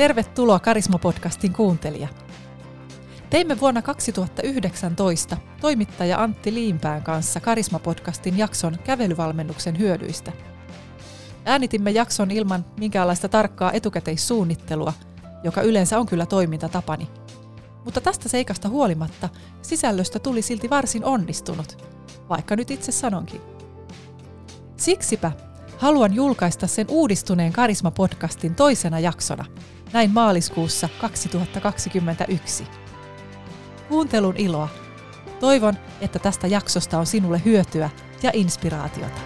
Tervetuloa Karisma-podcastin kuuntelija. Teimme vuonna 2019 toimittaja Antti Liimpään kanssa Karisma-podcastin jakson kävelyvalmennuksen hyödyistä. Äänitimme jakson ilman minkäänlaista tarkkaa etukäteissuunnittelua, joka yleensä on kyllä toimintatapani. Mutta tästä seikasta huolimatta sisällöstä tuli silti varsin onnistunut, vaikka nyt itse sanonkin. Siksipä haluan julkaista sen uudistuneen Karisma-podcastin toisena jaksona, näin maaliskuussa 2021. Kuuntelun iloa. Toivon, että tästä jaksosta on sinulle hyötyä ja inspiraatiota.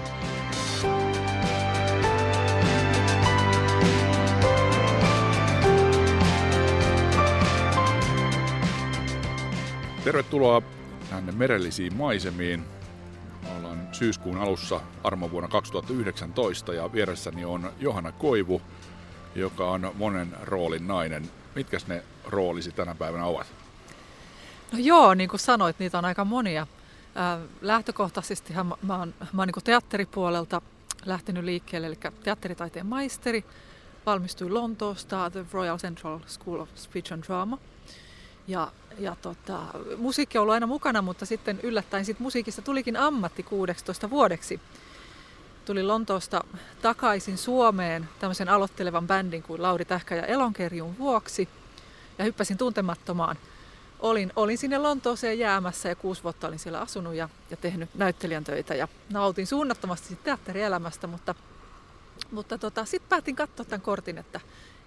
Tervetuloa tänne merellisiin maisemiin. Ollaan syyskuun alussa armovuonna 2019 ja vieressäni on Johanna Koivu, joka on monen roolin nainen. Mitkäs ne roolisi tänä päivänä ovat? No joo, niin kuin sanoit, niitä on aika monia. Lähtökohtaisestihan mä oon niin kuin teatteripuolelta lähtenyt liikkeelle, eli teatteritaiteen maisteri. Valmistuin Lontoosta, The Royal Central School of Speech and Drama. Musiikki on ollut aina mukana, mutta sitten yllättäen musiikista tulikin ammatti 16 vuodeksi. Tulin Lontoosta takaisin Suomeen tämmöisen aloittelevan bändin kuin Lauri Tähkä ja Elonkerjun vuoksi ja hyppäsin tuntemattomaan. Olin sinne Lontooseen jäämässä ja 6 vuotta olin siellä asunut ja tehnyt näyttelijän töitä ja nautin suunnattomasti teatterielämästä, mutta sitten päätin katsoa tämän kortin, että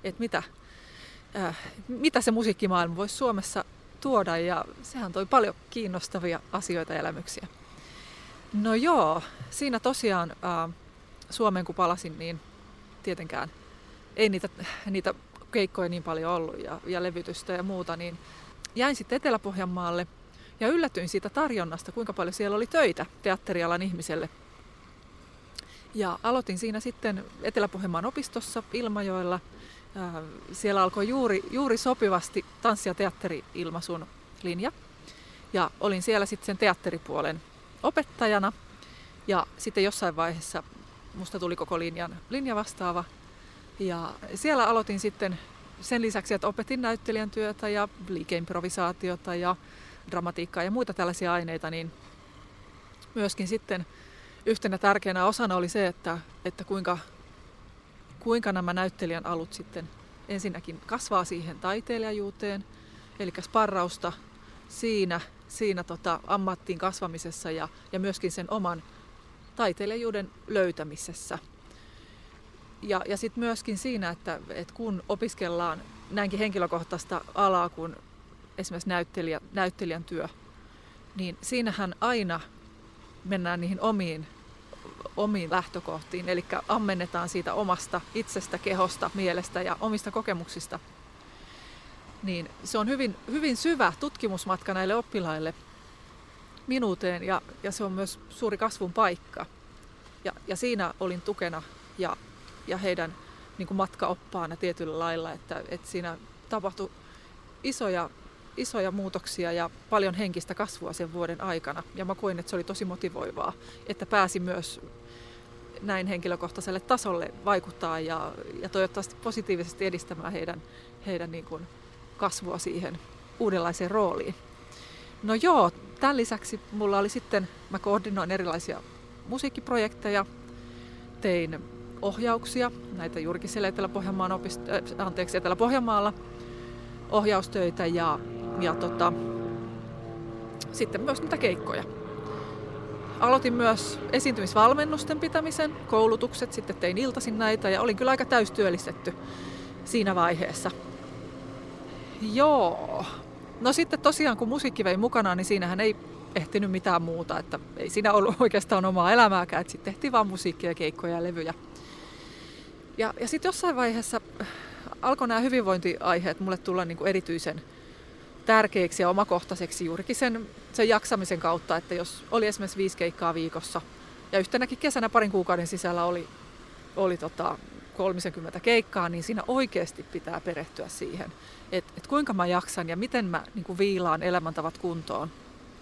mitä se musiikkimaailma voisi Suomessa tuoda, ja sehän toi paljon kiinnostavia asioita ja elämyksiä. No joo, siinä tosiaan Suomeen kun palasin, niin tietenkään ei niitä keikkoja niin paljon ollut ja levytystä ja muuta, niin jäin sitten Etelä-Pohjanmaalle ja yllätyin siitä tarjonnasta, kuinka paljon siellä oli töitä teatterialan ihmiselle. Ja aloitin siinä sitten Etelä-Pohjanmaan opistossa Ilmajoella. Siellä alkoi juuri sopivasti tanssi- ja teatteri-ilmaisun linja. Ja olin siellä sitten sen teatteripuolen opettajana. Ja sitten jossain vaiheessa musta tuli koko linja vastaava. Ja siellä aloitin sitten sen lisäksi, että opetin näyttelijän työtä ja liikeimprovisaatiota ja dramatiikkaa ja muita tällaisia aineita, niin myöskin sitten yhtenä tärkeänä osana oli se, että kuinka nämä näyttelijän alut sitten ensinnäkin kasvaa siihen taiteilijajuuteen, eli sparrausta siinä ammattiin kasvamisessa ja myöskin sen oman taiteilijajuuden löytämisessä. Ja sitten myöskin siinä, että kun opiskellaan näinkin henkilökohtaista alaa kuin esimerkiksi näyttelijän työ, niin siinähän aina mennään niihin omiin lähtökohtiin, eli ammennetaan siitä omasta itsestä, kehosta, mielestä ja omista kokemuksista. Niin se on hyvin, hyvin syvä tutkimusmatka näille oppilaille minuuteen ja se on myös suuri kasvun paikka. Ja siinä olin tukena ja heidän niin kuin matkaoppaana tietyllä lailla, että siinä tapahtui isoja muutoksia ja paljon henkistä kasvua sen vuoden aikana. Ja mä koin, että se oli tosi motivoivaa, että pääsi myös näin henkilökohtaiselle tasolle vaikuttaa ja toivottavasti positiivisesti edistämään heidän niin kuin kasvua siihen uudenlaiseen rooliin. No joo, tämän lisäksi mä koordinoin erilaisia musiikkiprojekteja, tein ohjauksia, näitä juurikin siellä Etelä-Pohjanmaalla ohjaustöitä ja sitten myös niitä keikkoja. Aloitin myös esiintymisvalmennusten pitämisen, koulutukset, sitten tein iltaisin näitä ja olin kyllä aika täystyöllistetty siinä vaiheessa. Joo. No sitten tosiaan kun musiikki vei mukanaan, niin siinähän ei ehtinyt mitään muuta, että ei siinä ollut oikeastaan omaa elämääkään, että sitten tehtiin vaan musiikkia, keikkoja ja levyjä. Ja sitten jossain vaiheessa alkoi nämä hyvinvointiaiheet mulle tulla niin kuin erityisen tärkeiksi ja omakohtaiseksi juurikin sen jaksamisen kautta, että jos oli esimerkiksi 5 keikkaa viikossa ja yhtenäkin kesänä parin kuukauden sisällä oli 30 keikkaa, niin siinä oikeasti pitää perehtyä siihen, että kuinka mä jaksan ja miten mä niin kuin viilaan elämäntavat kuntoon.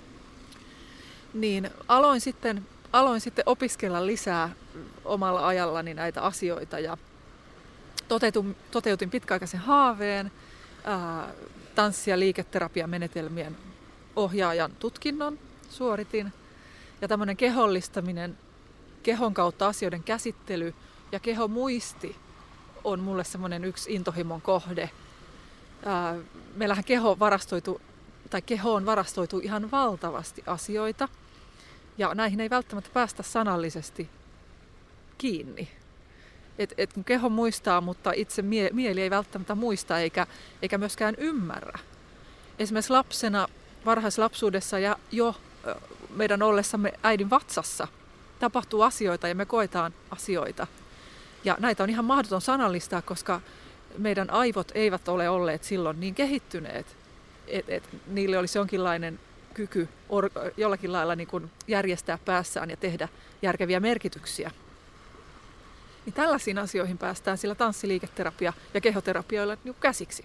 Niin aloin sitten opiskella lisää omalla ajallani näitä asioita ja toteutin pitkäaikaisen haaveen, tanssi- ja liiketerapiamenetelmien ohjaajan tutkinnon suoritin. Ja tämmöinen kehollistaminen, kehon kautta asioiden käsittely ja kehomuisti on mulle semmoinen yksi intohimon kohde. Meillähän kehoon varastoituu ihan valtavasti asioita ja näihin ei välttämättä päästä sanallisesti kiinni. Et kun keho muistaa, mutta itse mieli ei välttämättä muista eikä myöskään ymmärrä. Esimerkiksi lapsena, varhaislapsuudessa ja jo meidän ollessamme äidin vatsassa tapahtuu asioita ja me koetaan asioita. Ja näitä on ihan mahdoton sanallistaa, koska meidän aivot eivät ole olleet silloin niin kehittyneet, että niille olisi jonkinlainen kyky jollakin lailla niin kuin järjestää päässään ja tehdä järkeviä merkityksiä. Niin tällaisiin asioihin päästään sillä tanssiliiketerapia- ja kehoterapioilla niin käsiksi.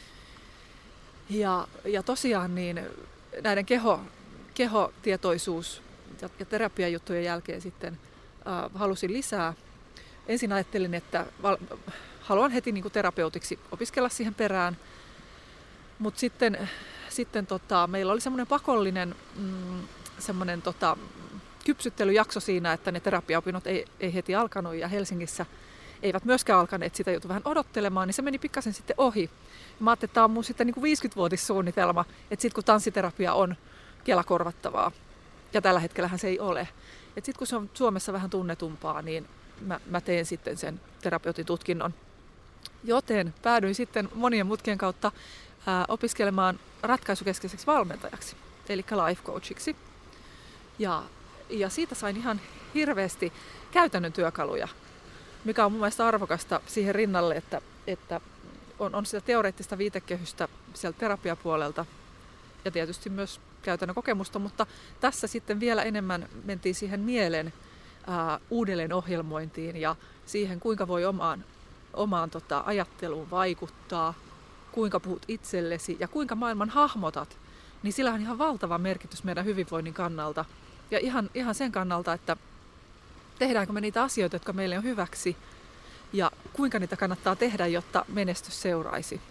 Ja tosiaan niin näiden kehotietoisuus- ja terapiajuttujen jälkeen sitten halusin lisää. Ensin ajattelin, että haluan heti niin kuin terapeutiksi opiskella siihen perään, mutta sitten meillä oli semmoinen pakollinen kypsyttelyjakso siinä, että ne terapiaopinnot ei heti alkanut ja Helsingissä eivät myöskään alkaneet, sitä joutui vähän odottelemaan, niin se meni pikkasen sitten ohi. Mä ajattelin, että tämä on mun sitten niin kuin 50-vuotissuunnitelma, että sitten kun tanssiterapia on Kela-korvattavaa, ja tällä hetkellähän se ei ole, että sitten kun se on Suomessa vähän tunnetumpaa, niin mä teen sitten sen terapeutin tutkinnon. Joten päädyin sitten monien mutkien kautta opiskelemaan ratkaisukeskeiseksi valmentajaksi, eli life coachiksi. Ja siitä sain ihan hirveästi käytännön työkaluja, mikä on mun mielestä arvokasta siihen rinnalle, että on sitä teoreettista viitekehystä sieltä terapiapuolelta ja tietysti myös käytännön kokemusta, mutta tässä sitten vielä enemmän mentiin siihen mielen uudelleen ohjelmointiin ja siihen, kuinka voi omaan ajatteluun vaikuttaa, kuinka puhut itsellesi ja kuinka maailman hahmotat, niin sillä on ihan valtava merkitys meidän hyvinvoinnin kannalta. Ja ihan sen kannalta, että tehdäänkö me niitä asioita, jotka meille on hyväksi ja kuinka niitä kannattaa tehdä, jotta menestys seuraisi.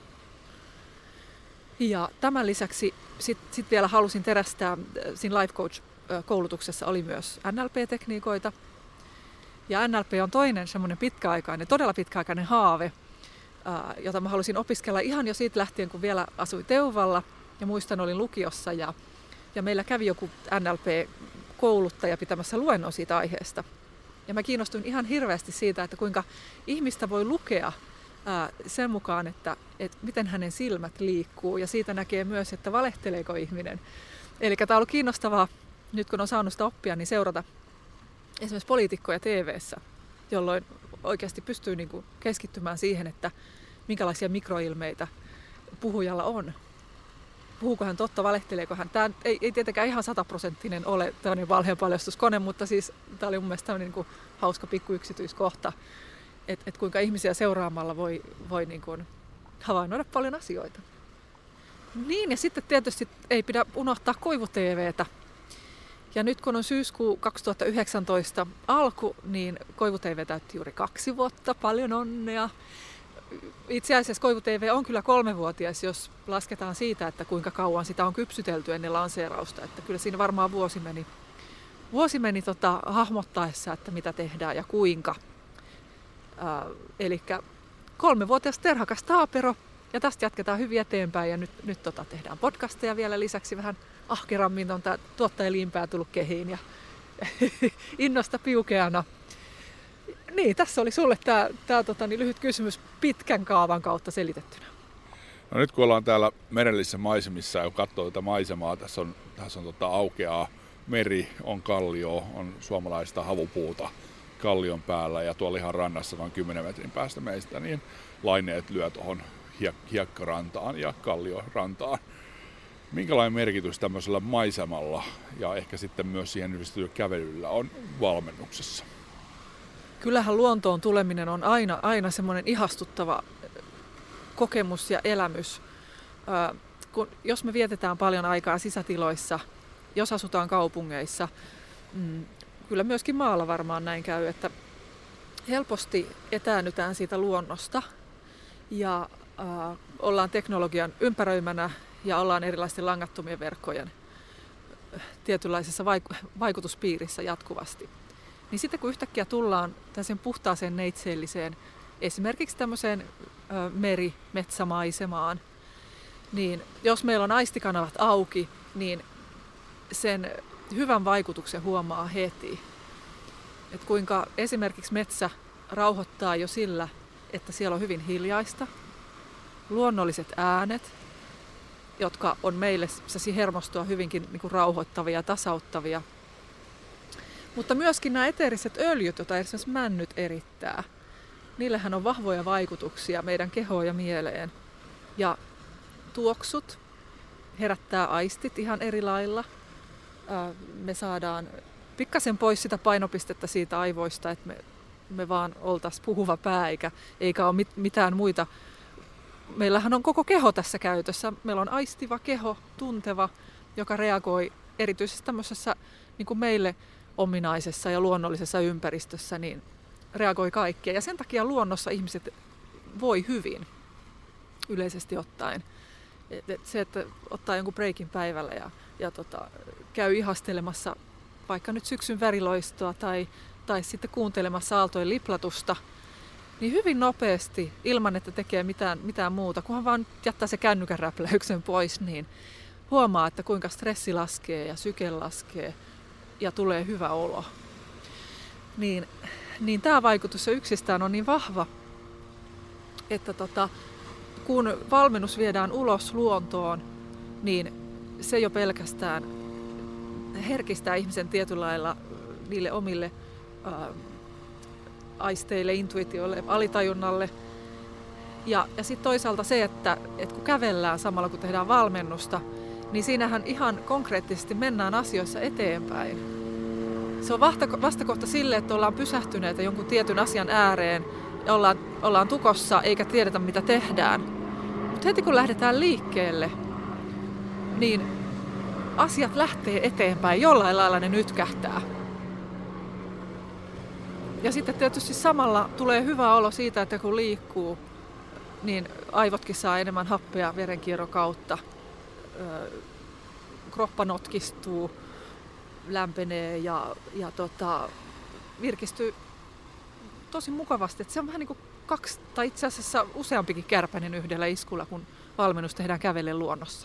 Ja tämän lisäksi sit vielä halusin terästää, siinä Life Coach-koulutuksessa oli myös NLP-tekniikoita. Ja NLP on toinen semmoinen todella pitkäaikainen haave, jota mä halusin opiskella ihan jo siitä lähtien, kun vielä asuin Teuvalla. Ja muistan, olin lukiossa ja meillä kävi joku NLP-kouluttaja pitämässä luennon siitä aiheesta. Ja mä kiinnostuin ihan hirveästi siitä, että kuinka ihmistä voi lukea sen mukaan, että miten hänen silmät liikkuu. Ja siitä näkee myös, että valehteleeko ihminen. Eli tämä on ollut kiinnostavaa, nyt kun on saanut sitä oppia, niin seurata esimerkiksi poliitikkoja TV:ssä, jolloin oikeasti pystyy niin kuin keskittymään siihen, että minkälaisia mikroilmeitä puhujalla on. Puhuuko hän totta, valehteleeko hän. Tämä ei tietenkään ihan 100% ole tämmöinen valheenpaljastuskone, mutta siis tämä oli mun mielestä tämmöinen niin kuin hauska pikku yksityiskohta, että kuinka ihmisiä seuraamalla voi niin kuin havainnoida paljon asioita. Niin, ja sitten tietysti ei pidä unohtaa Koivu-TV:tä. Ja nyt kun on syyskuu 2019 alku, niin Koivu-TV täytti juuri 2 vuotta. Paljon onnea! Itse asiassa Koivu-TV on kyllä 3-vuotias, jos lasketaan siitä, että kuinka kauan sitä on kypsytelty ennen lanseerausta. Että kyllä siinä varmaan vuosi meni hahmottaessa, että mitä tehdään ja kuinka. Eli 3-vuotias terhakas taapero, ja tästä jatketaan hyvin eteenpäin. Ja nyt tehdään podcasteja vielä lisäksi vähän ahkerammin. On tämä tuottajaliinpää tullut kehiin ja innosta piukeana. Niin, tässä oli sulle tämä lyhyt kysymys pitkän kaavan kautta selitettynä. No nyt kun ollaan täällä merellisissä maisemissa ja katsoo tätä maisemaa, tässä on aukeaa meri, on kallio, on suomalaista havupuuta kallion päällä ja tuolla ihan rannassa noin 10 metrin päästä meistä, niin laineet lyö tuohon hiekkarantaan ja kalliorantaan. Minkälainen merkitys tämmöisellä maisemalla ja ehkä sitten myös siihen yhdistetyllä kävelyllä on valmennuksessa? Kyllähän luontoon tuleminen on aina semmoinen ihastuttava kokemus ja elämys. Jos me vietetään paljon aikaa sisätiloissa, jos asutaan kaupungeissa, kyllä myöskin maalla varmaan näin käy, että helposti etäännytään siitä luonnosta ja ollaan teknologian ympäröimänä ja ollaan erilaisten langattomien verkkojen tietynlaisessa vaikutuspiirissä jatkuvasti. Niin sitten kun yhtäkkiä tullaan tällaiseen puhtaaseen neitseelliseen, esimerkiksi tämmöiseen meri-metsämaisemaan, niin jos meillä on aistikanavat auki, niin sen hyvän vaikutuksen huomaa heti. Että kuinka esimerkiksi metsä rauhoittaa jo sillä, että siellä on hyvin hiljaista, luonnolliset äänet, jotka on meille hermostoa hyvinkin niin kuin rauhoittavia ja tasauttavia. Mutta myöskin nämä eteeriset öljyt, joita esimerkiksi männyt erittää, niillähän on vahvoja vaikutuksia meidän kehoon ja mieleen. Ja tuoksut herättää aistit ihan eri lailla. Me saadaan pikkasen pois sitä painopistettä siitä aivoista, että me vaan oltaisiin puhuva pää eikä ole mitään muita. Meillähän on koko keho tässä käytössä. Meillä on aistiva keho, tunteva, joka reagoi erityisesti tämmöisessä niin kuin meille ominaisessa ja luonnollisessa ympäristössä, niin reagoi kaikkea. Ja sen takia luonnossa ihmiset voi hyvin yleisesti ottaen. Se, että ottaa jonkun breikin päivällä ja käy ihastelemassa vaikka nyt syksyn väriloistoa tai sitten kuuntelemassa aaltojen liplatusta, niin hyvin nopeasti, ilman että tekee mitään muuta, kunhan vaan jättää se kännykän räpläyksen pois, niin huomaa, että kuinka stressi laskee ja syke laskee ja tulee hyvä olo. Niin tämä vaikutus yksistään on niin vahva, että kun valmennus viedään ulos luontoon, niin se jo pelkästään herkistää ihmisen tietyllä lailla niille omille aisteille, intuitioille, alitajunnalle. Ja sitten toisaalta se, että kun kävellään samalla kun tehdään valmennusta, niin siinähän ihan konkreettisesti mennään asioissa eteenpäin. Se on vastakohta sille, että ollaan pysähtyneitä jonkun tietyn asian ääreen ja ollaan tukossa eikä tiedetä mitä tehdään. Mutta heti kun lähdetään liikkeelle, niin asiat lähtee eteenpäin, jollain lailla ne nytkähtää. Ja sitten tietysti samalla tulee hyvä olo siitä, että kun liikkuu, niin aivotkin saa enemmän happea verenkierron kautta. Kroppa notkistuu, lämpenee ja virkistyy tosi mukavasti. Että se on vähän niin kuin 2 tai itse asiassa useampikin kärpänen yhdellä iskulla, kun valmennus tehdään kävellen luonnossa.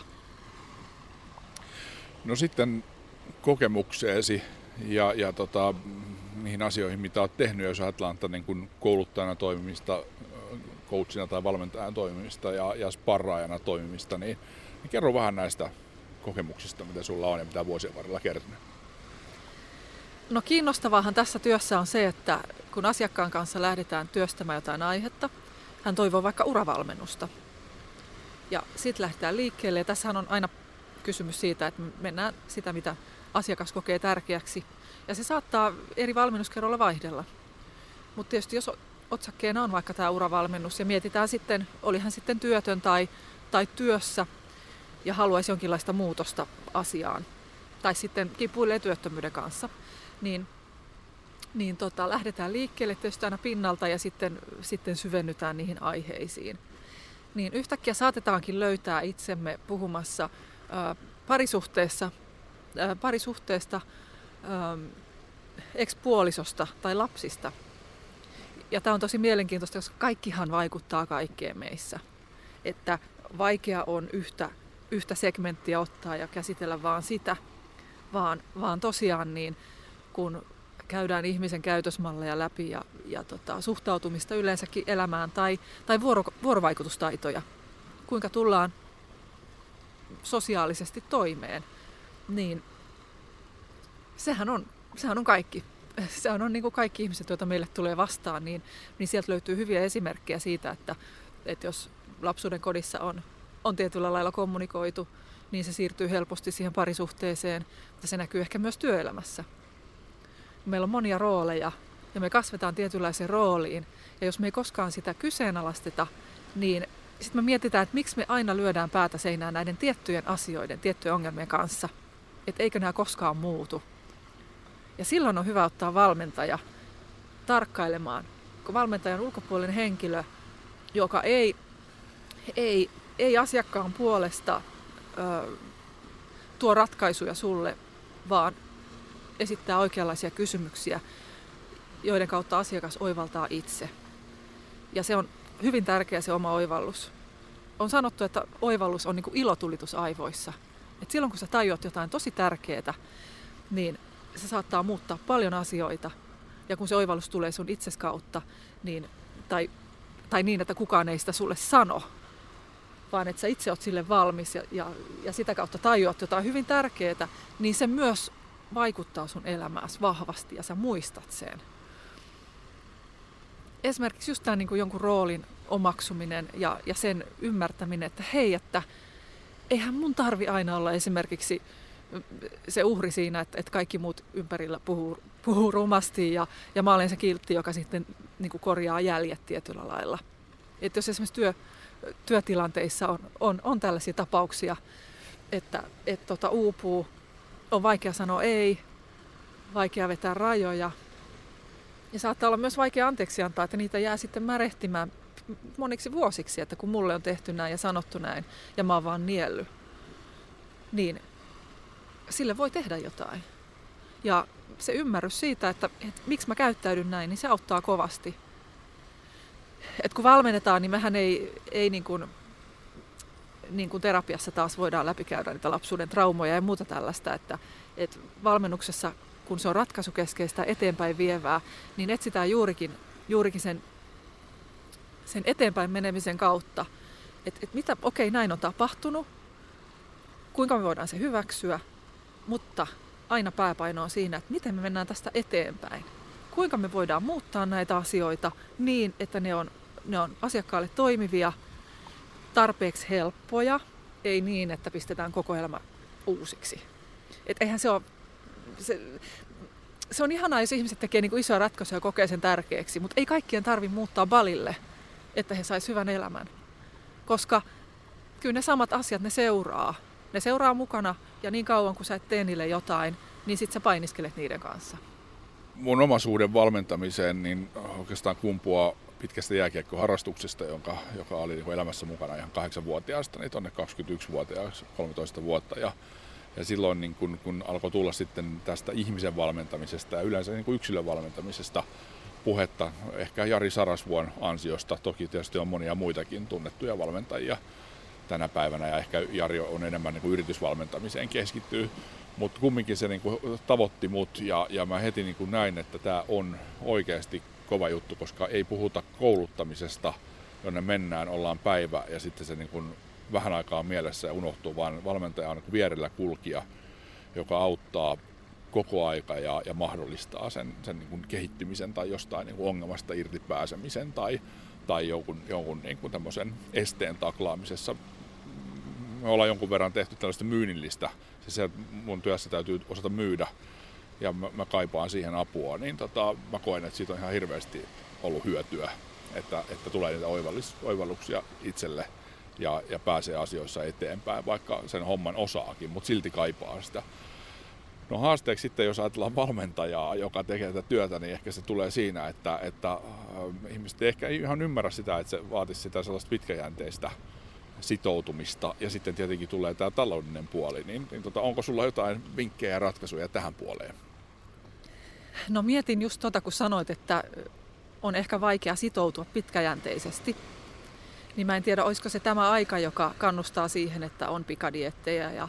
No sitten kokemukseesi ja niihin asioihin, mitä olet tehnyt, jos ajatellaan niin kuin kouluttajana toimimista, coachina tai valmentajana toimimista ja sparraajana toimimista, niin kerro vähän näistä kokemuksista, mitä sulla on ja mitä vuosien varrella kertynyt. No kiinnostavaahan tässä työssä on se, että kun asiakkaan kanssa lähdetään työstämään jotain aihetta, hän toivoo vaikka uravalmennusta. Ja sitten lähdetään liikkeelle ja tässähän on aina kysymys siitä, että mennään sitä, mitä asiakas kokee tärkeäksi. Ja se saattaa eri valmennuskerroilla vaihdella. Mutta tietysti jos otsakkeena on vaikka tämä uravalmennus ja mietitään sitten, oli hän sitten työtön tai työssä ja haluaisi jonkinlaista muutosta asiaan, tai sitten kipuilee työttömyyden kanssa, niin lähdetään liikkeelle tietysti aina pinnalta ja sitten syvennytään niihin aiheisiin. Niin yhtäkkiä saatetaankin löytää itsemme puhumassa parisuhteesta, ex-puolisosta tai lapsista. Ja tämä on tosi mielenkiintoista, koska kaikkihan vaikuttaa kaikkeen meissä. Että vaikea on yhtä segmenttiä ottaa ja käsitellä vaan sitä, vaan tosiaan niin, kun käydään ihmisen käytösmalleja läpi ja suhtautumista yleensäkin elämään tai vuorovaikutustaitoja, kuinka tullaan sosiaalisesti toimeen, niin sehän on kaikki. Sehän on niin kuin kaikki ihmiset, joita meille tulee vastaan, niin sieltä löytyy hyviä esimerkkejä siitä, että jos lapsuuden kodissa on tietyllä lailla kommunikoitu, niin se siirtyy helposti siihen parisuhteeseen ja se näkyy ehkä myös työelämässä. Meillä on monia rooleja ja me kasvetaan tietynlaiseen rooliin ja jos me ei koskaan sitä kyseenalaisteta, niin sitten me mietitään, että miksi me aina lyödään päätä seinään näiden tiettyjen asioiden, tiettyjen ongelmien kanssa, että eikö nämä koskaan muutu. Ja silloin on hyvä ottaa valmentaja tarkkailemaan, kun valmentaja on ulkopuolinen henkilö, joka ei ei asiakkaan puolesta tuo ratkaisuja sulle, vaan esittää oikeanlaisia kysymyksiä, joiden kautta asiakas oivaltaa itse. Ja se on hyvin tärkeä se oma oivallus. On sanottu, että oivallus on niin kuin ilotulitus aivoissa. Et silloin kun sä tajuat jotain tosi tärkeää, niin se saattaa muuttaa paljon asioita. Ja kun se oivallus tulee sun itses kautta, niin, tai niin, että kukaan ei sitä sulle sano, vaan että sä itse oot sille valmis ja sitä kautta tajuat jotain hyvin tärkeää, niin se myös vaikuttaa sun elämääsi vahvasti ja sä muistat sen. Esimerkiksi just tämä niin kuin jonkun roolin omaksuminen ja sen ymmärtäminen, että hei, että eihän mun tarvi aina olla esimerkiksi se uhri siinä, että kaikki muut ympärillä puhuu rumasti ja mä olen se kiltti, joka sitten niin kuin korjaa jäljet tietyllä lailla. Että jos esimerkiksi työtilanteissa on tällaisia tapauksia, että uupuu, on vaikea sanoa ei, vaikea vetää rajoja ja saattaa olla myös vaikea anteeksi antaa, että niitä jää sitten märehtimään moniksi vuosiksi, että kun mulle on tehty näin ja sanottu näin ja mä oon vaan niellyt, niin sille voi tehdä jotain. Ja se ymmärrys siitä, että miksi mä käyttäydyn näin, niin se auttaa kovasti. Et kun valmennetaan, niin mehän ei niin kuin terapiassa taas voidaan läpikäydä niitä lapsuuden traumoja ja muuta tällaista, että valmennuksessa, kun se on ratkaisukeskeistä eteenpäin vievää, niin etsitään juurikin sen eteenpäin menemisen kautta, että mitä, okei, näin on tapahtunut, kuinka me voidaan se hyväksyä, mutta aina pääpaino on siinä, että miten me mennään tästä eteenpäin. Kuinka me voidaan muuttaa näitä asioita niin, että ne on asiakkaalle toimivia, tarpeeksi helppoja, ei niin, että pistetään koko elämä uusiksi. Et eihän se ole... Se on ihanaa, jos ihmiset tekee niin kuin isoja ratkaisuja ja kokee sen tärkeäksi, mutta ei kaikkien tarvitse muuttaa balille, että he sais hyvän elämän. Koska kyllä ne samat asiat, ne seuraa mukana ja niin kauan kun sä et tee niille jotain, niin sit sä painiskelet niiden kanssa. Mun omaisuuden valmentamiseen niin oikeastaan kumpuaa pitkästä jääkiekkoharrastuksesta, joka oli elämässä mukana ihan 8-vuotiaasta niin tuonne 21-vuotiaaksi, 13 vuotta. Ja silloin niin kun alkoi tulla sitten tästä ihmisen valmentamisesta ja yleensä niin kuin yksilön valmentamisesta puhetta, ehkä Jari Sarasvuon ansiosta, toki tietysti on monia muitakin tunnettuja valmentajia tänä päivänä ja ehkä Jari on enemmän niin kuin yritysvalmentamiseen keskittyy, mutta kumminkin se niin kuin tavoitti mut ja mä heti niin kuin näin, että tämä on oikeasti kova juttu, koska ei puhuta kouluttamisesta, jonne mennään, ollaan päivä ja sitten se niin kuin vähän aikaa mielessä ja unohtuu, vaan valmentaja on niin kuin vierellä kulkija, joka auttaa koko aika ja mahdollistaa sen niin kuin kehittymisen tai jostain niin kuin ongelmasta irti pääsemisen tai jonkun niin kuin tämmöisen esteen taklaamisessa. Me ollaan jonkun verran tehty tällaista myynnillistä, siis mun työssä täytyy osata myydä ja mä kaipaan siihen apua, niin mä koen, että siitä on ihan hirveästi ollut hyötyä, että tulee niitä oivalluksia itselle ja pääsee asioissa eteenpäin, vaikka sen homman osaakin, mutta silti kaipaa sitä. No haasteeksi sitten, jos ajatellaan valmentajaa, joka tekee tätä työtä, niin ehkä se tulee siinä, että ihmiset ei ehkä ihan ymmärrä sitä, että se vaatisi sitä sellaista pitkäjänteistä sitoutumista ja sitten tietenkin tulee tämä taloudellinen puoli. Niin onko sulla jotain vinkkejä ja ratkaisuja tähän puoleen? No mietin just kun sanoit, että on ehkä vaikea sitoutua pitkäjänteisesti. Niin mä en tiedä, olisiko se tämä aika, joka kannustaa siihen, että on pikadiettejä ja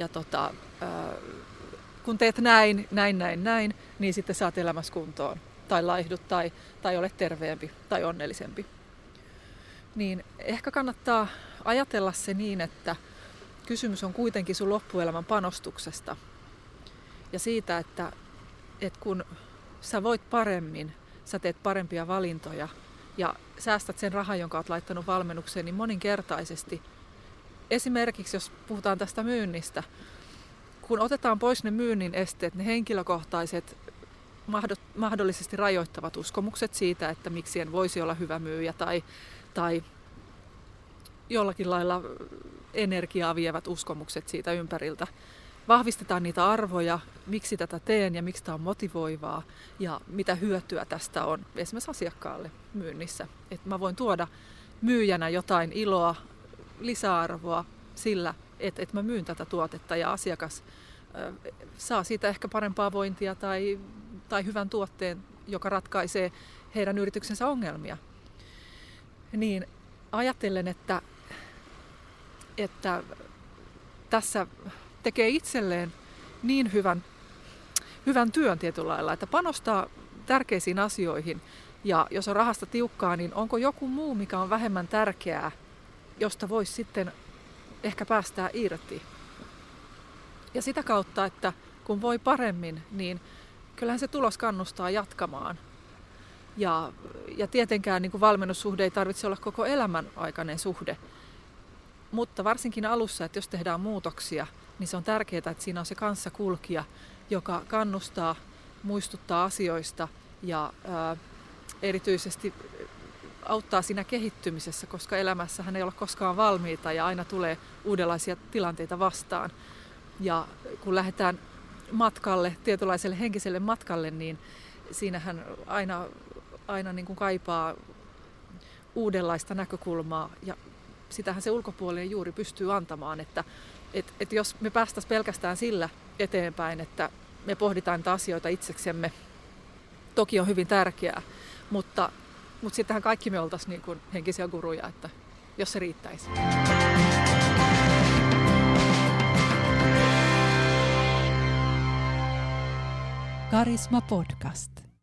kun teet näin, niin sitten saat elämässä kuntoon. Tai laihdut, tai olet terveempi, tai onnellisempi. Niin ehkä kannattaa ajatella se niin, että kysymys on kuitenkin sun loppuelämän panostuksesta. Ja siitä, että kun sä voit paremmin, sä teet parempia valintoja ja säästät sen rahan, jonka olet laittanut valmennukseen, niin moninkertaisesti. Esimerkiksi jos puhutaan tästä myynnistä, kun otetaan pois ne myynnin esteet, ne henkilökohtaiset, mahdollisesti rajoittavat uskomukset siitä, että miksi en voisi olla hyvä myyjä tai jollakin lailla energiaa vievät uskomukset siitä ympäriltä. Vahvistetaan niitä arvoja, miksi tätä teen ja miksi tämä on motivoivaa ja mitä hyötyä tästä on esimerkiksi asiakkaalle myynnissä. Että mä voin tuoda myyjänä jotain iloa, lisäarvoa sillä, että mä myyn tätä tuotetta ja asiakas saa siitä ehkä parempaa vointia tai hyvän tuotteen, joka ratkaisee heidän yrityksensä ongelmia. Niin ajattelen, että tässä tekee itselleen niin hyvän työn tietyllä lailla, että panostaa tärkeisiin asioihin. Ja jos on rahasta tiukkaa, niin onko joku muu, mikä on vähemmän tärkeää, josta voisi sitten ehkä päästää irti. Ja sitä kautta, että kun voi paremmin, niin kyllähän se tulos kannustaa jatkamaan. Ja tietenkään niin kuin valmennussuhde ei tarvitse olla koko elämän aikainen suhde. Mutta varsinkin alussa, että jos tehdään muutoksia, niin se on tärkeää, että siinä on se kanssakulkija, joka kannustaa, muistuttaa asioista ja erityisesti auttaa siinä kehittymisessä, koska elämässähän ei ole koskaan valmiita ja aina tulee uudenlaisia tilanteita vastaan. Ja kun lähdetään matkalle, tietynlaiselle henkiselle matkalle, niin siinähän aina niin kuin kaipaa uudenlaista näkökulmaa ja sitähän se ulkopuolinen juuri pystyy antamaan, että jos me päästäisiin pelkästään sillä eteenpäin, että me pohditaan niitä asioita itseksemme, toki on hyvin tärkeää, mutta sittenhän kaikki me oltaisiin niin kuin henkisiä guruja, että jos se riittäisi. Karisma Podcast.